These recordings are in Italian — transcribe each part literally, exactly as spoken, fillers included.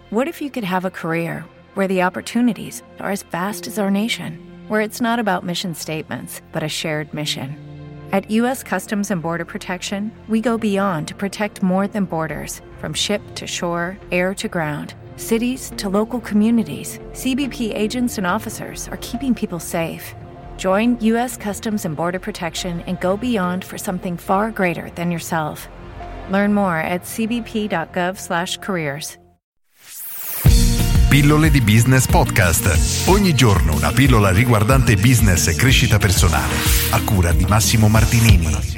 What if you could have a career where the opportunities are as vast as our nation, where it's not about mission statements, but a shared mission? At U S Customs and Border Protection, we go beyond to protect more than borders. From ship to shore, air to ground, cities to local communities, C B P agents and officers are keeping people safe. Join U S Customs and Border Protection and go beyond for something far greater than yourself. Learn more at c b p dot gov slash careers. Pillole di Business Podcast. Ogni giorno una pillola riguardante business e crescita personale. A cura di Massimo Martinini.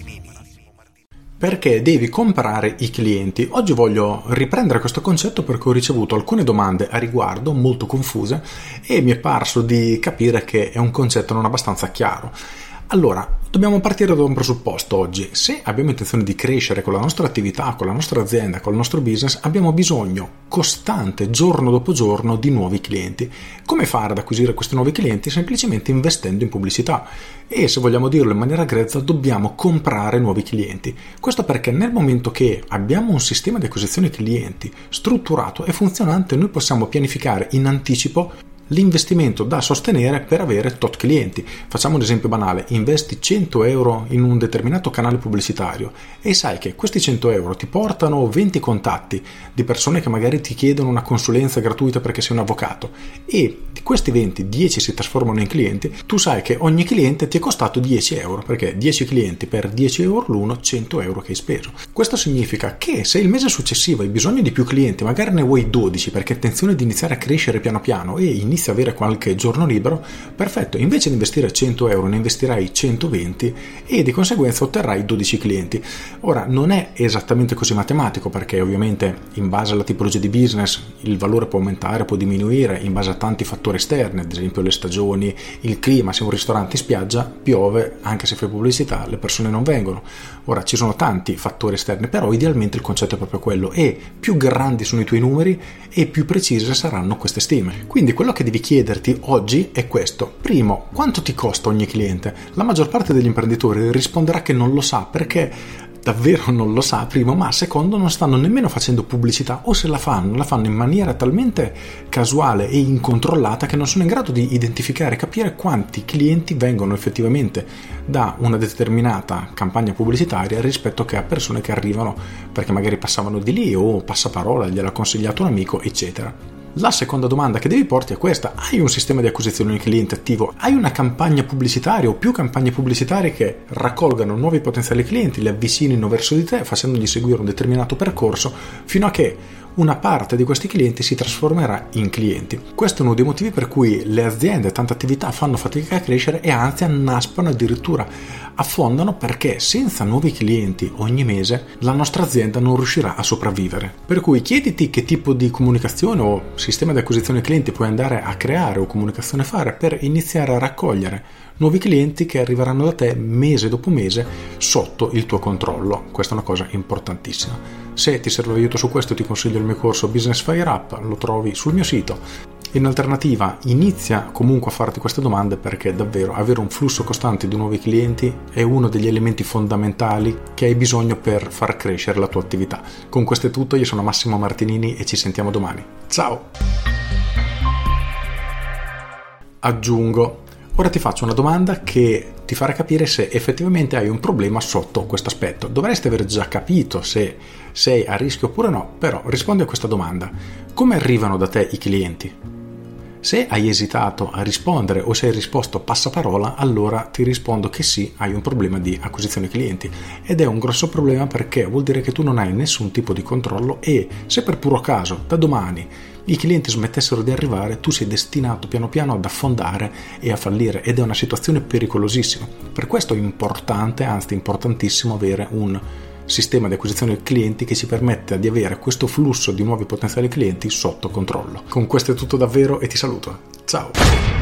Perché devi comprare i clienti? Oggi voglio riprendere questo concetto perché ho ricevuto alcune domande a riguardo molto confuse e mi è parso di capire che è un concetto non abbastanza chiaro. Allora, dobbiamo partire da un presupposto oggi. Se abbiamo intenzione di crescere con la nostra attività, con la nostra azienda, con il nostro business, abbiamo bisogno costante, giorno dopo giorno, di nuovi clienti. Come fare ad acquisire questi nuovi clienti? Semplicemente investendo in pubblicità. E se vogliamo dirlo in maniera grezza, dobbiamo comprare nuovi clienti. Questo perché nel momento che abbiamo un sistema di acquisizione clienti strutturato e funzionante, noi possiamo pianificare in anticipo l'investimento da sostenere per avere tot clienti. Facciamo un esempio banale: investi cento euro in un determinato canale pubblicitario e sai che questi cento euro ti portano venti contatti di persone che magari ti chiedono una consulenza gratuita perché sei un avvocato, e di questi venti, dieci si trasformano in clienti. Tu sai che ogni cliente ti è costato dieci euro, perché dieci clienti per dieci euro l'uno, cento euro che hai speso. Questo significa che se il mese successivo hai bisogno di più clienti, magari ne vuoi dodici perché hai intenzione di iniziare a crescere piano piano e inizi a avere qualche giorno libero, perfetto, invece di investire cento euro ne investirai centoventi e di conseguenza otterrai dodici clienti. Ora, non è esattamente così matematico, perché ovviamente in base alla tipologia di business il valore può aumentare, può diminuire in base a tanti fattori esterni, ad esempio le stagioni, il clima. Se un ristorante in spiaggia piove, anche se fai pubblicità le persone non vengono. Ora, ci sono tanti fattori esterni, però idealmente il concetto è proprio quello, e più grandi sono i tuoi numeri e più precise saranno queste stime. Quindi quello che devi chiederti oggi è questo: primo, quanto ti costa ogni cliente? La maggior parte degli imprenditori risponderà che non lo sa, perché davvero non lo sa, primo, ma secondo, non stanno nemmeno facendo pubblicità, o se la fanno, la fanno in maniera talmente casuale e incontrollata che non sono in grado di identificare e capire quanti clienti vengono effettivamente da una determinata campagna pubblicitaria rispetto che a persone che arrivano perché magari passavano di lì o passaparola, gliel'ha consigliato un amico, eccetera. La seconda domanda che devi porti è questa: hai un sistema di acquisizione di clienti attivo? Hai una campagna pubblicitaria o più campagne pubblicitarie che raccolgano nuovi potenziali clienti, li avvicinino verso di te facendogli seguire un determinato percorso fino a che una parte di questi clienti si trasformerà in clienti? Questo è uno dei motivi per cui le aziende e tante attività fanno fatica a crescere e anzi annaspano, addirittura affondano, perché senza nuovi clienti ogni mese la nostra azienda non riuscirà a sopravvivere. Per cui chiediti che tipo di comunicazione o sistema di acquisizione clienti puoi andare a creare o comunicazione fare per iniziare a raccogliere nuovi clienti che arriveranno da te mese dopo mese sotto il tuo controllo. Questa è una cosa importantissima. Se ti serve aiuto su questo, ti consiglio il mio corso Business Fire Up, lo trovi sul mio sito. In alternativa, inizia comunque a farti queste domande, perché davvero avere un flusso costante di nuovi clienti è uno degli elementi fondamentali che hai bisogno per far crescere la tua attività. Con questo è tutto, io sono Massimo Martinini e ci sentiamo domani. Ciao! Aggiungo, ora ti faccio una domanda che ti farà capire se effettivamente hai un problema sotto questo aspetto. Dovresti aver già capito se sei a rischio oppure no, però rispondi a questa domanda: come arrivano da te i clienti? Se hai esitato a rispondere o se hai risposto passaparola, allora ti rispondo che sì, hai un problema di acquisizione clienti, ed è un grosso problema, perché vuol dire che tu non hai nessun tipo di controllo, e se per puro caso da domani i clienti smettessero di arrivare, tu sei destinato piano piano ad affondare e a fallire, ed è una situazione pericolosissima. Per questo è importante, anzi importantissimo, avere un sistema di acquisizione clienti che ci permetta di avere questo flusso di nuovi potenziali clienti sotto controllo. Con questo è tutto davvero e ti saluto. Ciao!